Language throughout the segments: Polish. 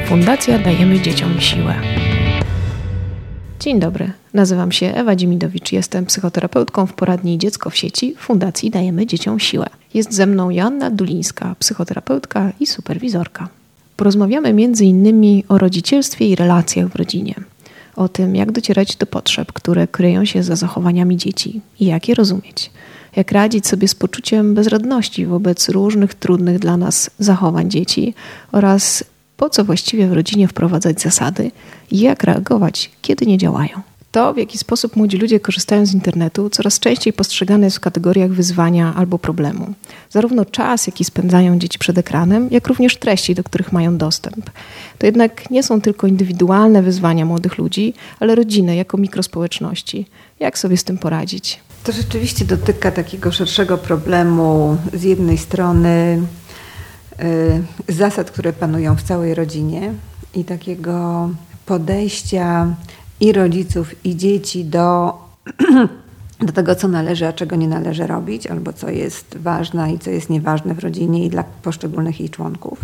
Fundacja Dajemy Dzieciom Siłę. Dzień dobry, nazywam się Ewa Dzimidowicz, jestem psychoterapeutką w poradni Dziecko w sieci Fundacji Dajemy Dzieciom Siłę. Jest ze mną Joanna Dulińska, psychoterapeutka i superwizorka. Porozmawiamy m.in. o rodzicielstwie i relacjach w rodzinie, o tym, jak docierać do potrzeb, które kryją się za zachowaniami dzieci i jak je rozumieć, jak radzić sobie z poczuciem bezradności wobec różnych trudnych dla nas zachowań dzieci oraz po co właściwie w rodzinie wprowadzać zasady i jak reagować, kiedy nie działają. To, w jaki sposób młodzi ludzie korzystają z internetu, coraz częściej postrzegane jest w kategoriach wyzwania albo problemu. Zarówno czas, jaki spędzają dzieci przed ekranem, jak również treści, do których mają dostęp. To jednak nie są tylko indywidualne wyzwania młodych ludzi, ale rodziny jako mikrospołeczności. Jak sobie z tym poradzić? To rzeczywiście dotyka takiego szerszego problemu z jednej strony zasad, które panują w całej rodzinie i takiego podejścia i rodziców, i dzieci do tego, co należy, a czego nie należy robić, albo co jest ważne i co jest nieważne w rodzinie i dla poszczególnych jej członków.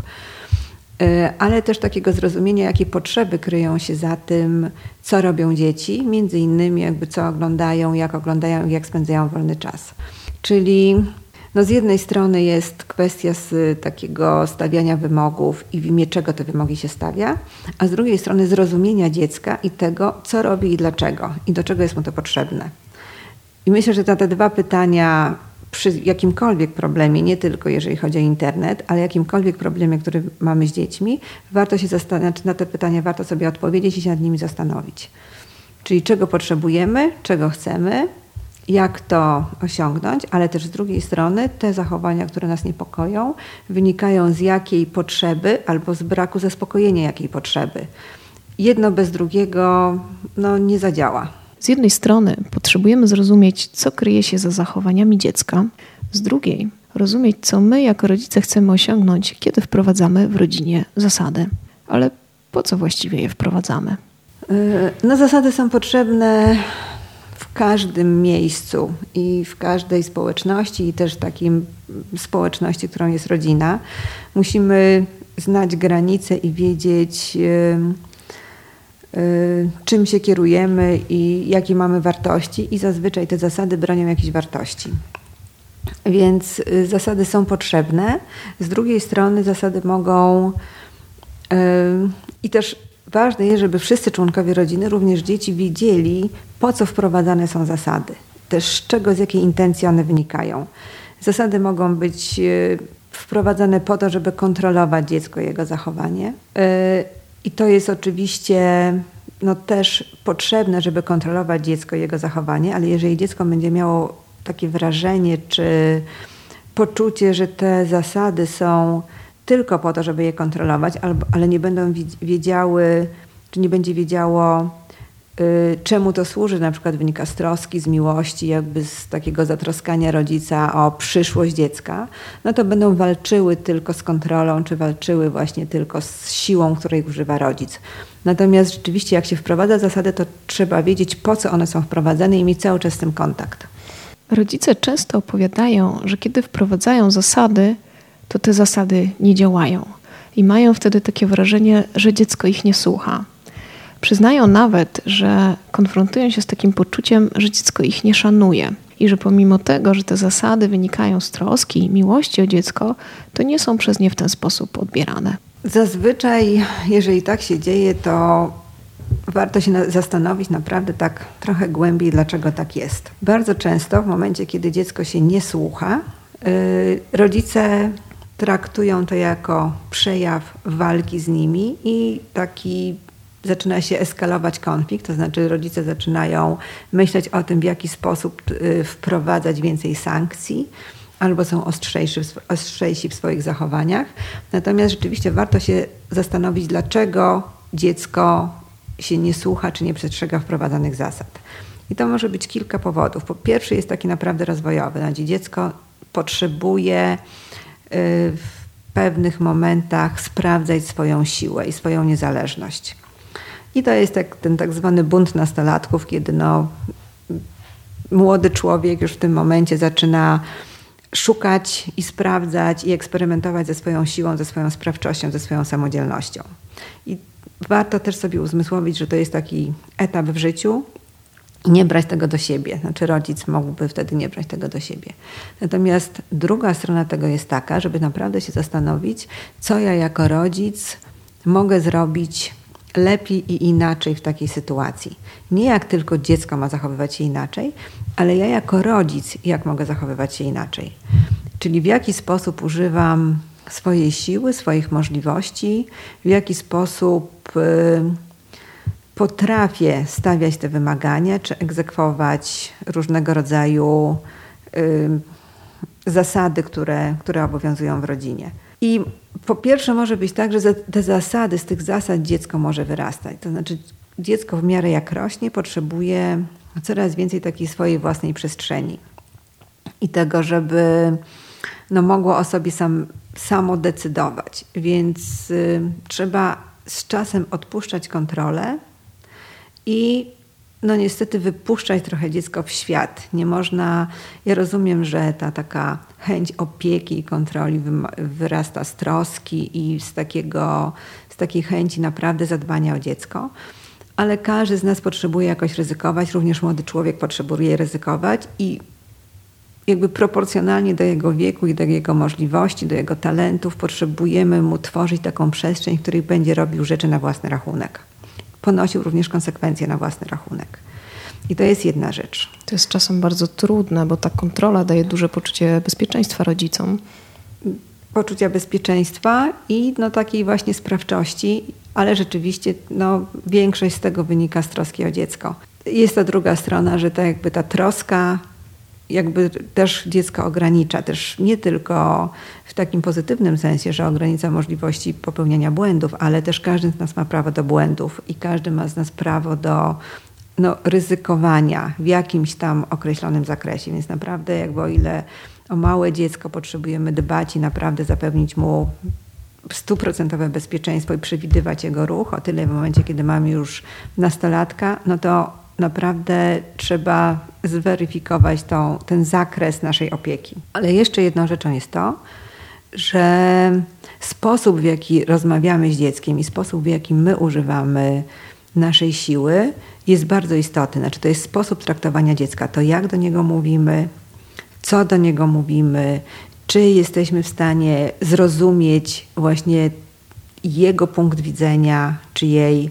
Ale też takiego zrozumienia, jakie potrzeby kryją się za tym, co robią dzieci, między innymi jakby co oglądają, jak spędzają wolny czas. Czyli z jednej strony jest kwestia z takiego stawiania wymogów i w imię czego te wymogi się stawia, a z drugiej strony zrozumienia dziecka i tego, co robi i dlaczego i do czego jest mu to potrzebne. I myślę, że na te dwa pytania przy jakimkolwiek problemie, nie tylko jeżeli chodzi o internet, ale jakimkolwiek problemie, który mamy z dziećmi, warto się zastanowić, na te pytania warto sobie odpowiedzieć i się nad nimi zastanowić. Czyli czego potrzebujemy, czego chcemy, jak to osiągnąć, ale też z drugiej strony te zachowania, które nas niepokoją, wynikają z jakiej potrzeby albo z braku zaspokojenia jakiej potrzeby. Jedno bez drugiego nie zadziała. Z jednej strony potrzebujemy zrozumieć, co kryje się za zachowaniami dziecka, z drugiej rozumieć, co my jako rodzice chcemy osiągnąć, kiedy wprowadzamy w rodzinie zasady. Ale po co właściwie je wprowadzamy? Zasady są potrzebne w każdym miejscu i w każdej społeczności i też takim społeczności, którą jest rodzina. Musimy znać granice i wiedzieć, czym się kierujemy i jakie mamy wartości i zazwyczaj te zasady bronią jakichś wartości. Więc zasady są potrzebne. Z drugiej strony zasady mogą i też ważne jest, żeby wszyscy członkowie rodziny, również dzieci, wiedzieli, po co wprowadzane są zasady. Też z jakiej intencji one wynikają. Zasady mogą być wprowadzane po to, żeby kontrolować dziecko i jego zachowanie. I to jest oczywiście też potrzebne, żeby kontrolować dziecko i jego zachowanie, ale jeżeli dziecko będzie miało takie wrażenie czy poczucie, że te zasady są tylko po to, żeby je kontrolować, ale nie będą wiedziały, czy nie będzie wiedziało, czemu to służy, na przykład wynika z troski, z miłości, jakby z takiego zatroskania rodzica o przyszłość dziecka, to będą walczyły tylko z kontrolą, czy walczyły właśnie tylko z siłą, której używa rodzic. Natomiast rzeczywiście jak się wprowadza zasady, to trzeba wiedzieć, po co one są wprowadzane i mieć cały czas z tym kontakt. Rodzice często opowiadają, że kiedy wprowadzają zasady, to te zasady nie działają i mają wtedy takie wrażenie, że dziecko ich nie słucha. Przyznają nawet, że konfrontują się z takim poczuciem, że dziecko ich nie szanuje i że pomimo tego, że te zasady wynikają z troski i miłości o dziecko, to nie są przez nie w ten sposób odbierane. Zazwyczaj, jeżeli tak się dzieje, to warto się zastanowić naprawdę tak trochę głębiej, dlaczego tak jest. Bardzo często w momencie, kiedy dziecko się nie słucha, rodzice traktują to jako przejaw walki z nimi i zaczyna się eskalować konflikt, to znaczy rodzice zaczynają myśleć o tym, w jaki sposób wprowadzać więcej sankcji, albo są ostrzejsi w swoich zachowaniach. Natomiast rzeczywiście warto się zastanowić, dlaczego dziecko się nie słucha, czy nie przestrzega wprowadzanych zasad. I to może być kilka powodów. Po pierwsze jest taki naprawdę rozwojowy, gdzie dziecko potrzebuje w pewnych momentach sprawdzać swoją siłę i swoją niezależność. I to jest ten tak zwany bunt nastolatków, kiedy młody człowiek już w tym momencie zaczyna szukać i sprawdzać i eksperymentować ze swoją siłą, ze swoją sprawczością, ze swoją samodzielnością. I warto też sobie uzmysłowić, że to jest taki etap w życiu i nie brać tego do siebie. Znaczy rodzic mógłby wtedy nie brać tego do siebie. Natomiast druga strona tego jest taka, żeby naprawdę się zastanowić, co ja jako rodzic mogę zrobić lepiej i inaczej w takiej sytuacji. Nie jak tylko dziecko ma zachowywać się inaczej, ale ja jako rodzic jak mogę zachowywać się inaczej. Czyli w jaki sposób używam swojej siły, swoich możliwości, w jaki sposób potrafię stawiać te wymagania, czy egzekwować różnego rodzaju zasady, które obowiązują w rodzinie. I po pierwsze może być tak, że te zasady, z tych zasad dziecko może wyrastać. To znaczy dziecko w miarę jak rośnie potrzebuje coraz więcej takiej swojej własnej przestrzeni. I tego, żeby mogło o sobie samo decydować. Więc trzeba z czasem odpuszczać kontrolę i niestety wypuszczać trochę dziecko w świat. Nie można, ja rozumiem, że ta taka chęć opieki i kontroli wyrasta z troski i z takiej chęci naprawdę zadbania o dziecko, ale każdy z nas potrzebuje jakoś ryzykować, również młody człowiek potrzebuje ryzykować i jakby proporcjonalnie do jego wieku i do jego możliwości, do jego talentów potrzebujemy mu tworzyć taką przestrzeń, w której będzie robił rzeczy na własny rachunek. Ponosił również konsekwencje na własny rachunek. I to jest jedna rzecz. To jest czasem bardzo trudne, bo ta kontrola daje duże poczucie bezpieczeństwa rodzicom. Poczucia bezpieczeństwa i takiej właśnie sprawczości, ale rzeczywiście większość z tego wynika z troski o dziecko. Jest ta druga strona, że ta troska jakby też dziecko ogranicza, też nie tylko w takim pozytywnym sensie, że ogranicza możliwości popełniania błędów, ale też każdy z nas ma prawo do błędów i każdy ma z nas prawo do ryzykowania w jakimś tam określonym zakresie. Więc naprawdę o ile o małe dziecko potrzebujemy dbać i naprawdę zapewnić mu 100% bezpieczeństwo i przewidywać jego ruch, o tyle w momencie, kiedy mamy już nastolatka, to naprawdę trzeba zweryfikować ten zakres naszej opieki. Ale jeszcze jedną rzeczą jest to, że sposób, w jaki rozmawiamy z dzieckiem i sposób, w jaki my używamy naszej siły jest bardzo istotny. Znaczy to jest sposób traktowania dziecka. To jak do niego mówimy, co do niego mówimy, czy jesteśmy w stanie zrozumieć właśnie jego punkt widzenia, czy jej,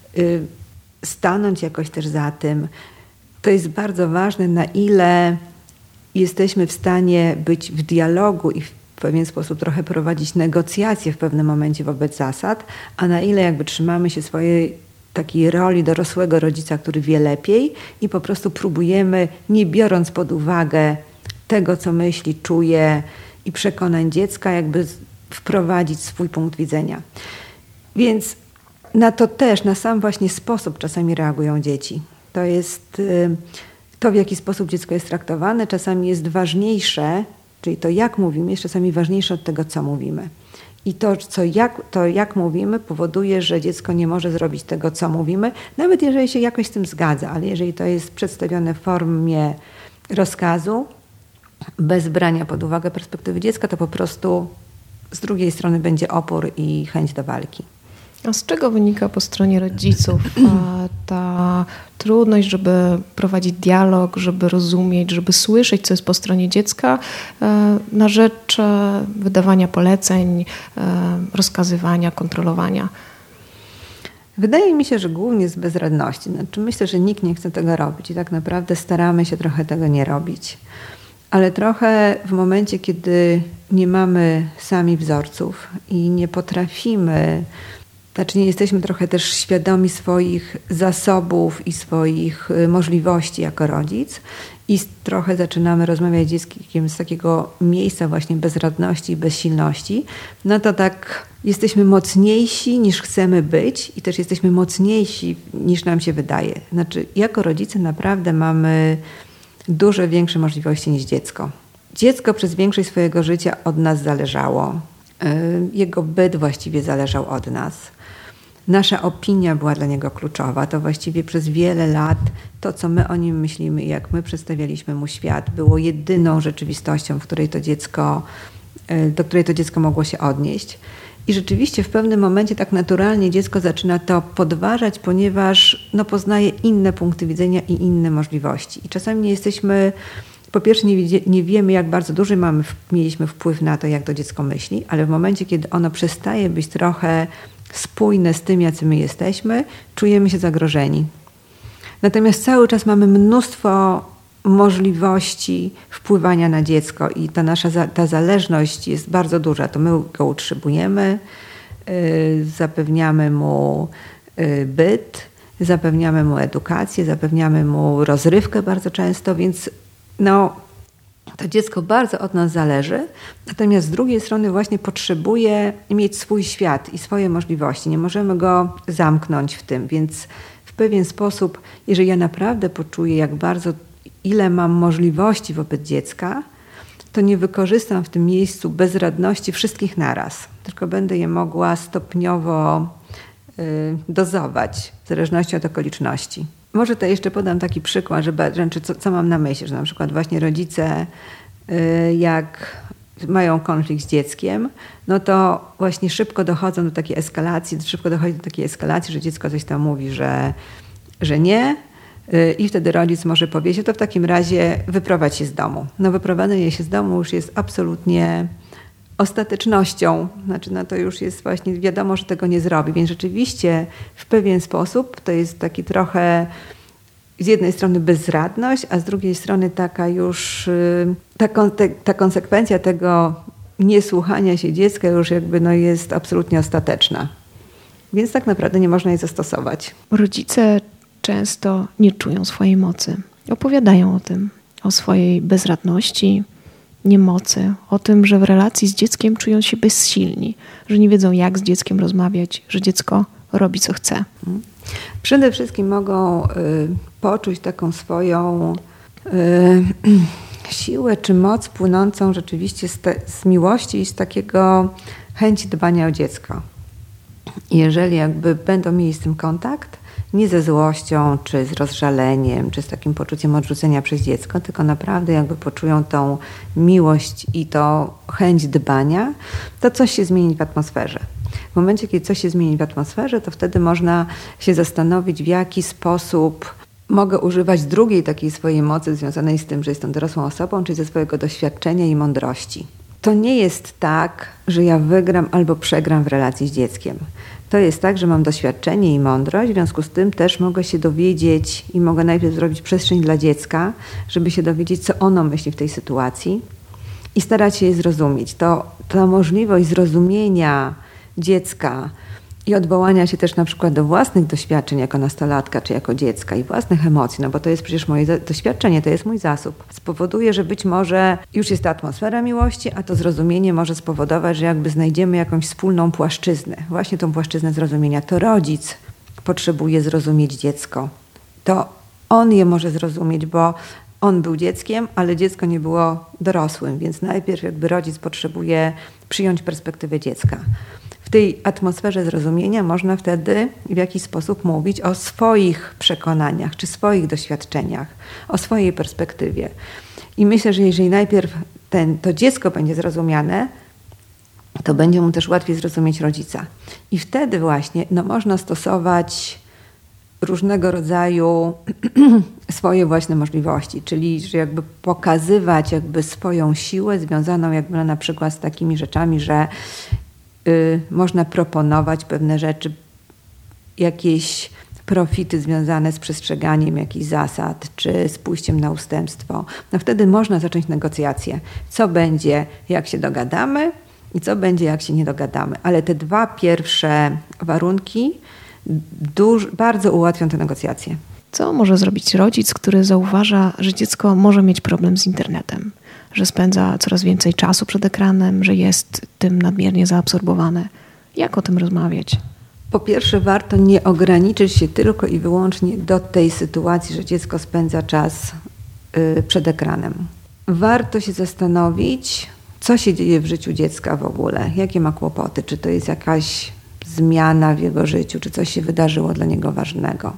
stanąć jakoś też za tym. To jest bardzo ważne, na ile jesteśmy w stanie być w dialogu i w pewien sposób trochę prowadzić negocjacje w pewnym momencie wobec zasad, a na ile trzymamy się swojej takiej roli dorosłego rodzica, który wie lepiej i po prostu próbujemy, nie biorąc pod uwagę tego, co myśli, czuje i przekonań dziecka, wprowadzić swój punkt widzenia. Więc na to też, na sam właśnie sposób czasami reagują dzieci. To jest to, w jaki sposób dziecko jest traktowane, czasami jest ważniejsze, czyli to jak mówimy, jest czasami ważniejsze od tego, co mówimy. I to jak mówimy powoduje, że dziecko nie może zrobić tego, co mówimy, nawet jeżeli się jakoś z tym zgadza, ale jeżeli to jest przedstawione w formie rozkazu, bez brania pod uwagę perspektywy dziecka, to po prostu z drugiej strony będzie opór i chęć do walki. A z czego wynika po stronie rodziców ta trudność, żeby prowadzić dialog, żeby rozumieć, żeby słyszeć, co jest po stronie dziecka, na rzecz wydawania poleceń, rozkazywania, kontrolowania? Wydaje mi się, że głównie z bezradności. Myślę, że nikt nie chce tego robić i tak naprawdę staramy się trochę tego nie robić. Ale trochę w momencie, kiedy nie mamy sami wzorców i nie potrafimy, nie jesteśmy trochę też świadomi swoich zasobów i swoich możliwości jako rodzic i trochę zaczynamy rozmawiać z dzieckiem z takiego miejsca właśnie bezradności i bezsilności, to tak jesteśmy mocniejsi niż chcemy być i też jesteśmy mocniejsi niż nam się wydaje. Jako rodzice naprawdę mamy dużo większe możliwości niż dziecko. Dziecko przez większość swojego życia od nas zależało. Jego byt właściwie zależał od nas. Nasza opinia była dla niego kluczowa. To właściwie przez wiele lat to, co my o nim myślimy i jak my przedstawialiśmy mu świat, było jedyną rzeczywistością, do której to dziecko mogło się odnieść. I rzeczywiście w pewnym momencie tak naturalnie dziecko zaczyna to podważać, ponieważ poznaje inne punkty widzenia i inne możliwości. I czasami nie jesteśmy, po pierwsze nie wiemy, jak bardzo duży mieliśmy wpływ na to, jak to dziecko myśli, ale w momencie, kiedy ono przestaje być trochę spójne z tym, jacy my jesteśmy, czujemy się zagrożeni. Natomiast cały czas mamy mnóstwo możliwości wpływania na dziecko i ta zależność jest bardzo duża. To my go utrzymujemy, zapewniamy mu byt, zapewniamy mu edukację, zapewniamy mu rozrywkę bardzo często, więc to dziecko bardzo od nas zależy, natomiast z drugiej strony właśnie potrzebuje mieć swój świat i swoje możliwości. Nie możemy go zamknąć w tym, więc w pewien sposób, jeżeli ja naprawdę poczuję, ile mam możliwości wobec dziecka, to nie wykorzystam w tym miejscu bezradności wszystkich naraz, tylko będę je mogła stopniowo dozować w zależności od okoliczności. Może to jeszcze podam taki przykład, co mam na myśli, że na przykład właśnie rodzice jak mają konflikt z dzieckiem, to właśnie szybko dochodzi do takiej eskalacji, że dziecko coś tam mówi, że nie, i wtedy rodzic może powiedzieć, to w takim razie wyprowadź się z domu. Wyprowadzenie się z domu już jest absolutnie ostatecznością, to już jest właśnie wiadomo, że tego nie zrobi, więc rzeczywiście w pewien sposób to jest taki trochę z jednej strony bezradność, a z drugiej strony taka już ta konsekwencja tego niesłuchania się dziecka już jest absolutnie ostateczna. Więc tak naprawdę nie można jej zastosować. Rodzice często nie czują swojej mocy. Opowiadają o tym, o swojej bezradności, niemocy, o tym, że w relacji z dzieckiem czują się bezsilni, że nie wiedzą, jak z dzieckiem rozmawiać, że dziecko robi, co chce. Przede wszystkim mogą poczuć taką swoją siłę czy moc płynącą rzeczywiście z miłości i z takiego chęci dbania o dziecko. Jeżeli będą mieli z tym kontakt, nie ze złością, czy z rozżaleniem, czy z takim poczuciem odrzucenia przez dziecko, tylko naprawdę poczują tą miłość i tą chęć dbania, to coś się zmieni w atmosferze. W momencie, kiedy coś się zmieni w atmosferze, to wtedy można się zastanowić, w jaki sposób mogę używać drugiej takiej swojej mocy związanej z tym, że jestem dorosłą osobą, czyli ze swojego doświadczenia i mądrości. To nie jest tak, że ja wygram albo przegram w relacji z dzieckiem. To jest tak, że mam doświadczenie i mądrość, w związku z tym też mogę się dowiedzieć i mogę najpierw zrobić przestrzeń dla dziecka, żeby się dowiedzieć, co ono myśli w tej sytuacji i starać się je zrozumieć. Ta możliwość zrozumienia dziecka i odwołania się też na przykład do własnych doświadczeń jako nastolatka czy jako dziecka i własnych emocji, bo to jest przecież moje doświadczenie, to jest mój zasób. Spowoduje, że być może już jest ta atmosfera miłości, a to zrozumienie może spowodować, że znajdziemy jakąś wspólną płaszczyznę. Właśnie tą płaszczyznę zrozumienia. To rodzic potrzebuje zrozumieć dziecko. To on je może zrozumieć, bo on był dzieckiem, ale dziecko nie było dorosłym, więc najpierw rodzic potrzebuje przyjąć perspektywę dziecka. W tej atmosferze zrozumienia można wtedy w jakiś sposób mówić o swoich przekonaniach czy swoich doświadczeniach, o swojej perspektywie. I myślę, że jeżeli najpierw to dziecko będzie zrozumiane, to będzie mu też łatwiej zrozumieć rodzica. I wtedy właśnie można stosować różnego rodzaju swoje własne możliwości, czyli że pokazywać swoją siłę związaną na przykład z takimi rzeczami, że można proponować pewne rzeczy, jakieś profity związane z przestrzeganiem jakichś zasad, czy z pójściem na ustępstwo. Wtedy można zacząć negocjacje. Co będzie, jak się dogadamy i co będzie, jak się nie dogadamy. Ale te dwa pierwsze warunki bardzo ułatwią te negocjacje. Co może zrobić rodzic, który zauważa, że dziecko może mieć problem z internetem? Że spędza coraz więcej czasu przed ekranem, że jest tym nadmiernie zaabsorbowane. Jak o tym rozmawiać? Po pierwsze, warto nie ograniczyć się tylko i wyłącznie do tej sytuacji, że dziecko spędza czas przed ekranem. Warto się zastanowić, co się dzieje w życiu dziecka w ogóle, jakie ma kłopoty, czy to jest jakaś zmiana w jego życiu, czy coś się wydarzyło dla niego ważnego.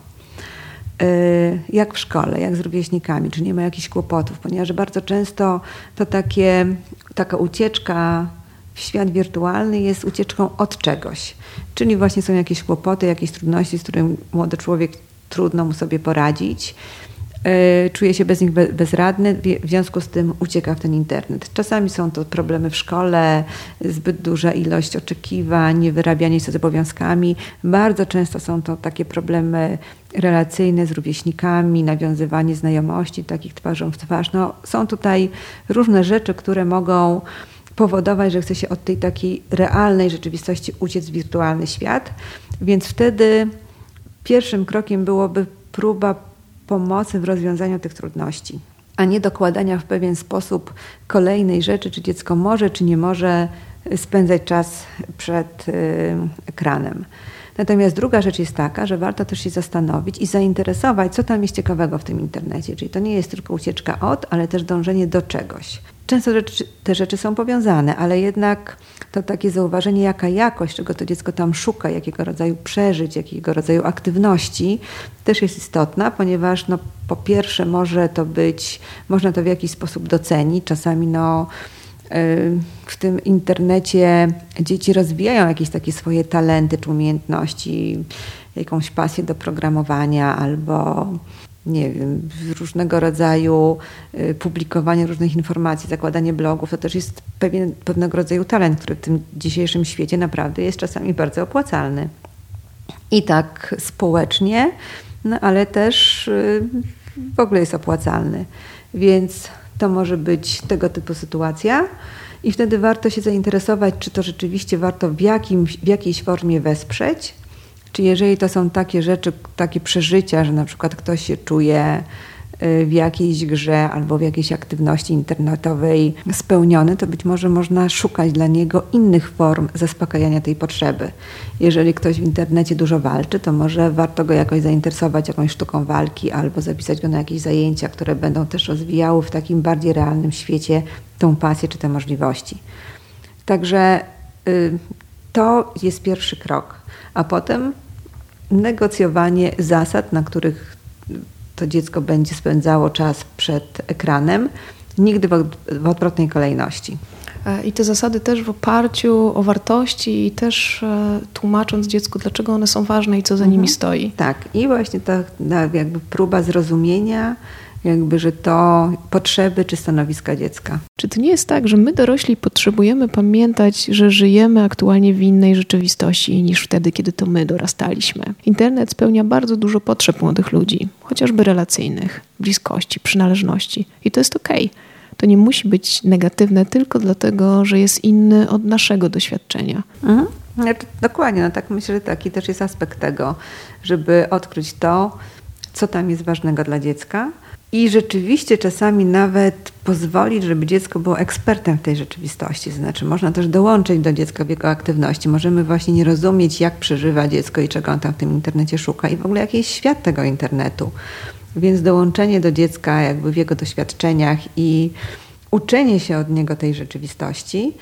Jak w szkole, jak z rówieśnikami, czy nie ma jakichś kłopotów, ponieważ bardzo często to taka ucieczka w świat wirtualny jest ucieczką od czegoś. Czyli właśnie są jakieś kłopoty, jakieś trudności, z którymi młody człowiek trudno mu sobie poradzić. Czuje się bez nich bezradny, w związku z tym ucieka w ten internet. Czasami są to problemy w szkole, zbyt duża ilość oczekiwań, niewyrabianie się z obowiązkami. Bardzo często są to takie problemy relacyjne z rówieśnikami, nawiązywanie znajomości takich twarzą w twarz. No, są tutaj różne rzeczy, które mogą powodować, że chce się od tej takiej realnej rzeczywistości uciec w wirtualny świat. Więc wtedy pierwszym krokiem byłoby próba pomocy w rozwiązaniu tych trudności, a nie dokładania w pewien sposób kolejnej rzeczy, czy dziecko może, czy nie może spędzać czas przed ekranem. Natomiast druga rzecz jest taka, że warto też się zastanowić i zainteresować, co tam jest ciekawego w tym internecie. Czyli to nie jest tylko ucieczka od, ale też dążenie do czegoś. Często te rzeczy są powiązane, ale jednak to takie zauważenie, jaka jakość, czego to dziecko tam szuka, jakiego rodzaju przeżyć, jakiego rodzaju aktywności, też jest istotna, ponieważ no, po pierwsze można to w jakiś sposób docenić. Czasami w tym internecie dzieci rozwijają jakieś takie swoje talenty czy umiejętności, jakąś pasję do programowania albo nie wiem, różnego rodzaju publikowanie różnych informacji, zakładanie blogów. To też jest pewnego rodzaju talent, który w tym dzisiejszym świecie naprawdę jest czasami bardzo opłacalny. I tak społecznie, no ale też w ogóle jest opłacalny. Więc to może być tego typu sytuacja i wtedy warto się zainteresować, czy to rzeczywiście warto w jakiejś formie wesprzeć, czy jeżeli to są takie rzeczy, takie przeżycia, że na przykład ktoś się czuje w jakiejś grze albo w jakiejś aktywności internetowej spełniony, to być może można szukać dla niego innych form zaspokajania tej potrzeby. Jeżeli ktoś w internecie dużo walczy, to może warto go jakoś zainteresować jakąś sztuką walki albo zapisać go na jakieś zajęcia, które będą też rozwijały w takim bardziej realnym świecie tą pasję czy te możliwości. Także to jest pierwszy krok, a potem negocjowanie zasad, na których to dziecko będzie spędzało czas przed ekranem, nigdy w odwrotnej kolejności. I te zasady też w oparciu o wartości i też tłumacząc dziecku, dlaczego one są ważne i co za nimi stoi. Tak, i właśnie ta jakby próba zrozumienia, że to potrzeby czy stanowiska dziecka. Czy to nie jest tak, że my dorośli potrzebujemy pamiętać, że żyjemy aktualnie w innej rzeczywistości niż wtedy, kiedy to my dorastaliśmy? Internet spełnia bardzo dużo potrzeb młodych ludzi, chociażby relacyjnych, bliskości, przynależności. I to jest okej. To nie musi być negatywne tylko dlatego, że jest inny od naszego doświadczenia. Dokładnie, tak myślę, że taki też jest aspekt tego, żeby odkryć to, co tam jest ważnego dla dziecka. I rzeczywiście czasami nawet pozwolić, żeby dziecko było ekspertem w tej rzeczywistości. Znaczy można też dołączyć do dziecka w jego aktywności. Możemy właśnie nie rozumieć, jak przeżywa dziecko i czego on tam w tym internecie szuka i w ogóle jaki jest świat tego internetu. Więc dołączenie do dziecka jakby w jego doświadczeniach i uczenie się od niego tej rzeczywistości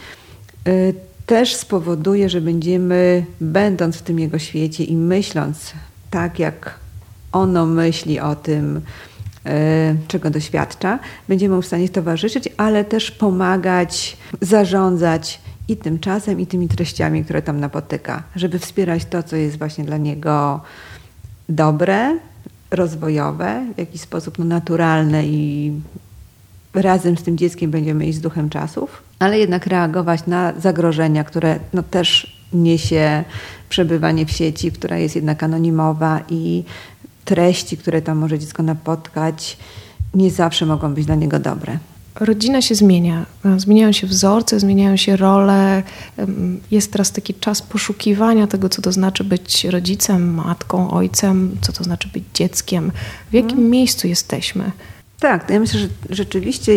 też spowoduje, że będziemy, będąc w tym jego świecie i myśląc tak, jak ono myśli o tym, czego doświadcza, będziemy mu w stanie towarzyszyć, ale też pomagać, zarządzać i tym czasem, i tymi treściami, które tam napotyka, żeby wspierać to, co jest właśnie dla niego dobre, rozwojowe, w jakiś sposób naturalne i razem z tym dzieckiem będziemy iść z duchem czasów, ale jednak reagować na zagrożenia, które też niesie przebywanie w sieci, która jest jednak anonimowa i treści, które tam może dziecko napotkać, nie zawsze mogą być dla niego dobre. Rodzina się zmienia. Zmieniają się wzorce, zmieniają się role. Jest teraz taki czas poszukiwania tego, co to znaczy być rodzicem, matką, ojcem, co to znaczy być dzieckiem. W jakim miejscu jesteśmy? Tak, ja myślę, że rzeczywiście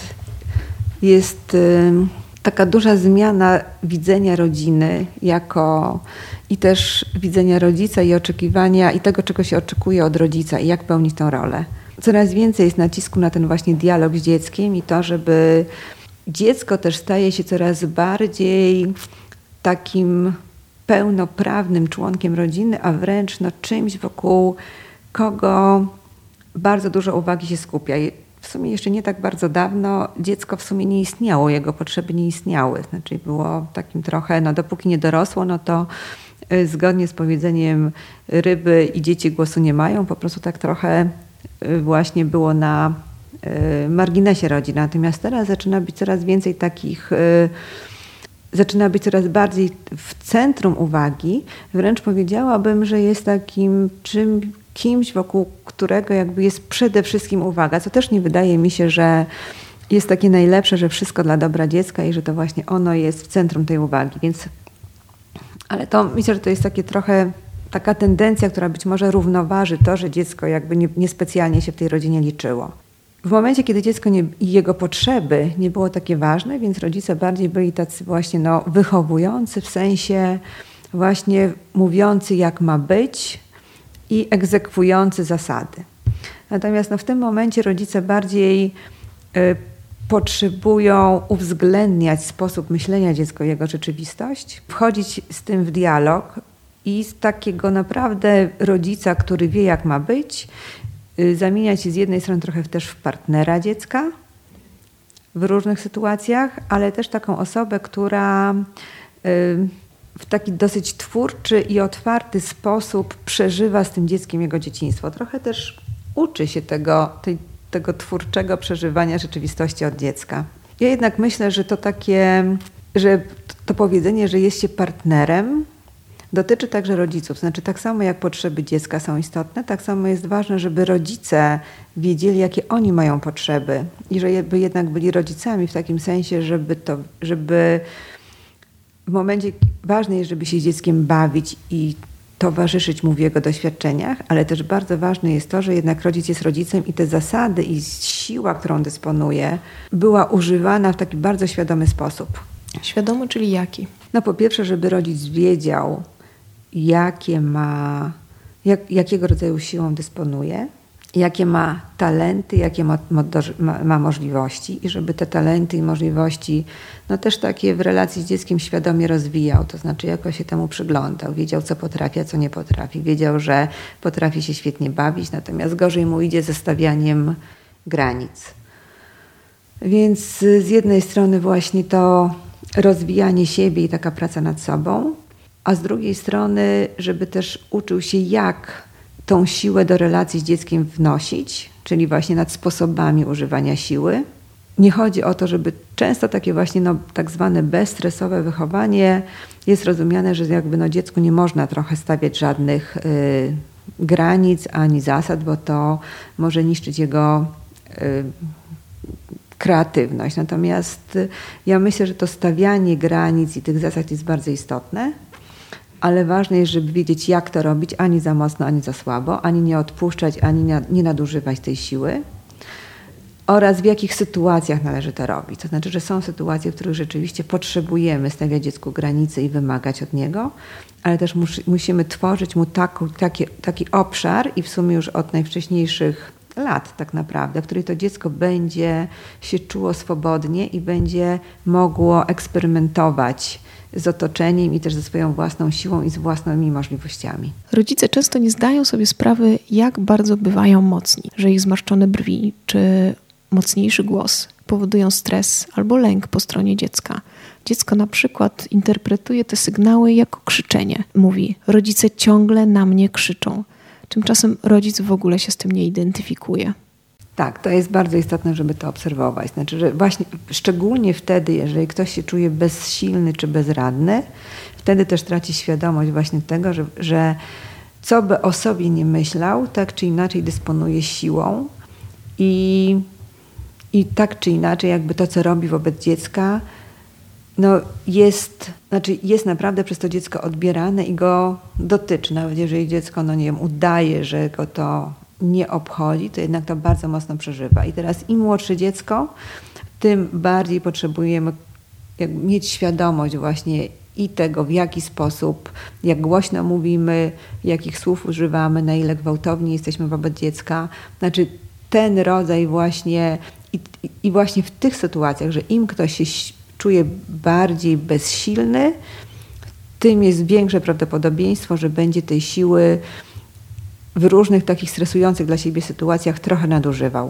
jest taka duża zmiana widzenia rodziny i też widzenia rodzica i oczekiwania i tego, czego się oczekuje od rodzica i jak pełnić tę rolę. Coraz więcej jest nacisku na ten właśnie dialog z dzieckiem i to, żeby dziecko też staje się coraz bardziej takim pełnoprawnym członkiem rodziny, a wręcz czymś, wokół kogo bardzo dużo uwagi się skupia. w sumie jeszcze nie tak bardzo dawno dziecko w sumie nie istniało, jego potrzeby nie istniały. Znaczy było takim trochę, dopóki nie dorosło, to zgodnie z powiedzeniem ryby i dzieci głosu nie mają, po prostu tak trochę właśnie było na marginesie rodzin. Natomiast teraz zaczyna być coraz więcej takich, zaczyna być coraz bardziej w centrum uwagi. Wręcz powiedziałabym, że jest takim kimś, wokół którego jakby jest przede wszystkim uwaga, co też nie wydaje mi się, że jest takie najlepsze, że wszystko dla dobra dziecka i że to właśnie ono jest w centrum tej uwagi. Ale to myślę, że to jest takie trochę taka tendencja, która być może równoważy to, że dziecko jakby niespecjalnie się w tej rodzinie liczyło. W momencie, kiedy dziecko i jego potrzeby nie było takie ważne, więc rodzice bardziej byli tacy właśnie wychowujący, w sensie właśnie mówiący, jak ma być i egzekwujący zasady. Natomiast w tym momencie rodzice bardziej potrzebują uwzględniać sposób myślenia dziecka, jego rzeczywistość, wchodzić z tym w dialog i z takiego naprawdę rodzica, który wie, jak ma być, zamieniać się z jednej strony trochę też w partnera dziecka w różnych sytuacjach, ale też taką osobę, która w taki dosyć twórczy i otwarty sposób przeżywa z tym dzieckiem jego dzieciństwo. Trochę też uczy się tego twórczego przeżywania rzeczywistości od dziecka. Ja jednak myślę, że że to powiedzenie, że jest się partnerem, dotyczy także rodziców. Znaczy tak samo jak potrzeby dziecka są istotne, tak samo jest ważne, żeby rodzice wiedzieli, jakie oni mają potrzeby i żeby jednak byli rodzicami w takim sensie, żeby w momencie ważne jest, żeby się z dzieckiem bawić i towarzyszyć mu w jego doświadczeniach, ale też bardzo ważne jest to, że jednak rodzic jest rodzicem i te zasady i siła, którą dysponuje, była używana w taki bardzo świadomy sposób. Świadomo, czyli jaki? Po pierwsze, żeby rodzic wiedział, jakiego rodzaju siłą dysponuje, jakie ma talenty, jakie ma możliwości i żeby te talenty i możliwości też takie w relacji z dzieckiem świadomie rozwijał, to znaczy jakoś się temu przyglądał, wiedział, co potrafi, a co nie potrafi. Wiedział, że potrafi się świetnie bawić, natomiast gorzej mu idzie ze stawianiem granic. Więc z jednej strony właśnie to rozwijanie siebie i taka praca nad sobą, a z drugiej strony, żeby też uczył się, jak tą siłę do relacji z dzieckiem wnosić, czyli właśnie nad sposobami używania siły. Nie chodzi o to, żeby często takie właśnie tak zwane bezstresowe wychowanie jest rozumiane, że jakby dziecku nie można trochę stawiać żadnych granic ani zasad, bo to może niszczyć jego kreatywność. Natomiast ja myślę, że to stawianie granic i tych zasad jest bardzo istotne, ale ważne jest, żeby wiedzieć, jak to robić, ani za mocno, ani za słabo, ani nie odpuszczać, ani nie nadużywać tej siły oraz w jakich sytuacjach należy to robić. To znaczy, że są sytuacje, w których rzeczywiście potrzebujemy stawiać dziecku granice i wymagać od niego, ale też musimy tworzyć mu taki obszar i w sumie już od najwcześniejszych lat tak naprawdę, w której to dziecko będzie się czuło swobodnie i będzie mogło eksperymentować z otoczeniem i też ze swoją własną siłą i z własnymi możliwościami. Rodzice często nie zdają sobie sprawy, jak bardzo bywają mocni, że ich zmarszczone brwi czy mocniejszy głos powodują stres albo lęk po stronie dziecka. Dziecko na przykład interpretuje te sygnały jako krzyczenie. Mówi: rodzice ciągle na mnie krzyczą. Tymczasem rodzic w ogóle się z tym nie identyfikuje. Tak, to jest bardzo istotne, żeby to obserwować. Znaczy, że właśnie szczególnie wtedy, jeżeli ktoś się czuje bezsilny czy bezradny, wtedy też traci świadomość właśnie tego, że co by o sobie nie myślał, tak czy inaczej dysponuje siłą i tak czy inaczej jakby to, co robi wobec dziecka, jest naprawdę przez to dziecko odbierane i go dotyczy. Nawet jeżeli dziecko, udaje, że go to nie obchodzi, to jednak to bardzo mocno przeżywa. I teraz im młodsze dziecko, tym bardziej potrzebujemy mieć świadomość właśnie i tego, w jaki sposób, jak głośno mówimy, jakich słów używamy, na ile gwałtowni jesteśmy wobec dziecka. Znaczy ten rodzaj właśnie i właśnie w tych sytuacjach, że im ktoś się czuje bardziej bezsilny, tym jest większe prawdopodobieństwo, że będzie tej siły w różnych takich stresujących dla siebie sytuacjach trochę nadużywał.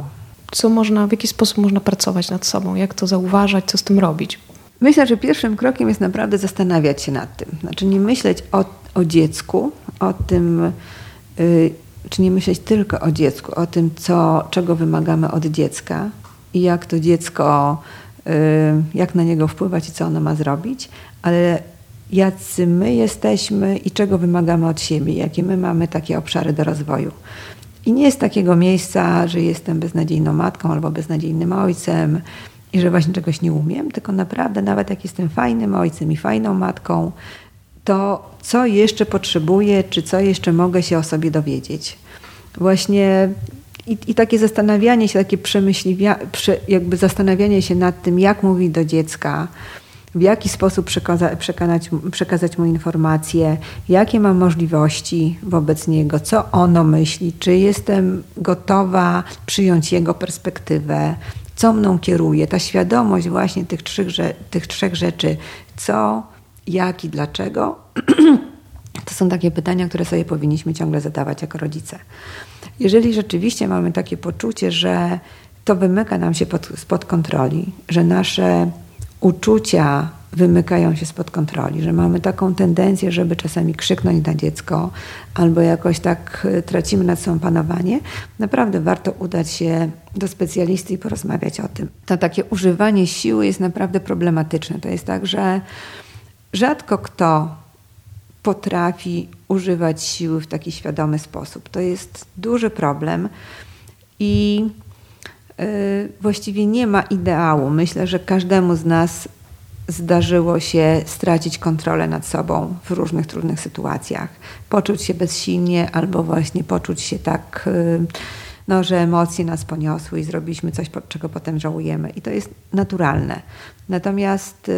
w jaki sposób można pracować nad sobą, jak to zauważać, co z tym robić? Myślę, że pierwszym krokiem jest naprawdę zastanawiać się nad tym. Znaczy nie myśleć o dziecku, o tym, czy nie myśleć tylko o dziecku, o tym, czego wymagamy od dziecka i jak to dziecko, jak na niego wpływać i co ono ma zrobić, ale jacy my jesteśmy i czego wymagamy od siebie, jakie my mamy takie obszary do rozwoju. I nie jest takiego miejsca, że jestem beznadziejną matką albo beznadziejnym ojcem i że właśnie czegoś nie umiem, tylko naprawdę nawet jak jestem fajnym ojcem i fajną matką, to co jeszcze potrzebuję, czy co jeszcze mogę się o sobie dowiedzieć. Właśnie i takie zastanawianie się, takie jakby zastanawianie się nad tym, jak mówić do dziecka, w jaki sposób przekazać mu informacje, jakie mam możliwości wobec niego, co ono myśli, czy jestem gotowa przyjąć jego perspektywę, co mną kieruje, ta świadomość właśnie tych trzech rzeczy, co, jak i dlaczego, to są takie pytania, które sobie powinniśmy ciągle zadawać jako rodzice. Jeżeli rzeczywiście mamy takie poczucie, że to wymyka nam się spod kontroli, że nasze uczucia wymykają się spod kontroli, że mamy taką tendencję, żeby czasami krzyknąć na dziecko albo jakoś tak tracimy nad sobą panowanie, naprawdę warto udać się do specjalisty i porozmawiać o tym. To takie używanie siły jest naprawdę problematyczne. To jest tak, że rzadko kto potrafi używać siły w taki świadomy sposób. To jest duży problem i właściwie nie ma ideału. Myślę, że każdemu z nas zdarzyło się stracić kontrolę nad sobą w różnych trudnych sytuacjach. Poczuć się bezsilnie albo właśnie poczuć się tak, że emocje nas poniosły i zrobiliśmy coś, czego potem żałujemy. I to jest naturalne. Natomiast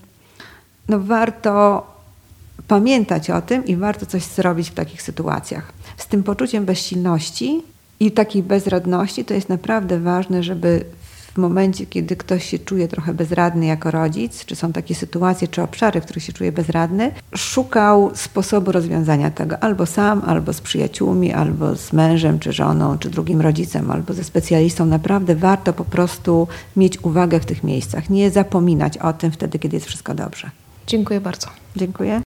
warto pamiętać o tym i warto coś zrobić w takich sytuacjach. Z tym poczuciem bezsilności i takiej bezradności to jest naprawdę ważne, żeby w momencie, kiedy ktoś się czuje trochę bezradny jako rodzic, czy są takie sytuacje, czy obszary, w których się czuje bezradny, szukał sposobu rozwiązania tego albo sam, albo z przyjaciółmi, albo z mężem, czy żoną, czy drugim rodzicem, albo ze specjalistą. Naprawdę warto po prostu mieć uwagę w tych miejscach, nie zapominać o tym wtedy, kiedy jest wszystko dobrze. Dziękuję bardzo. Dziękuję.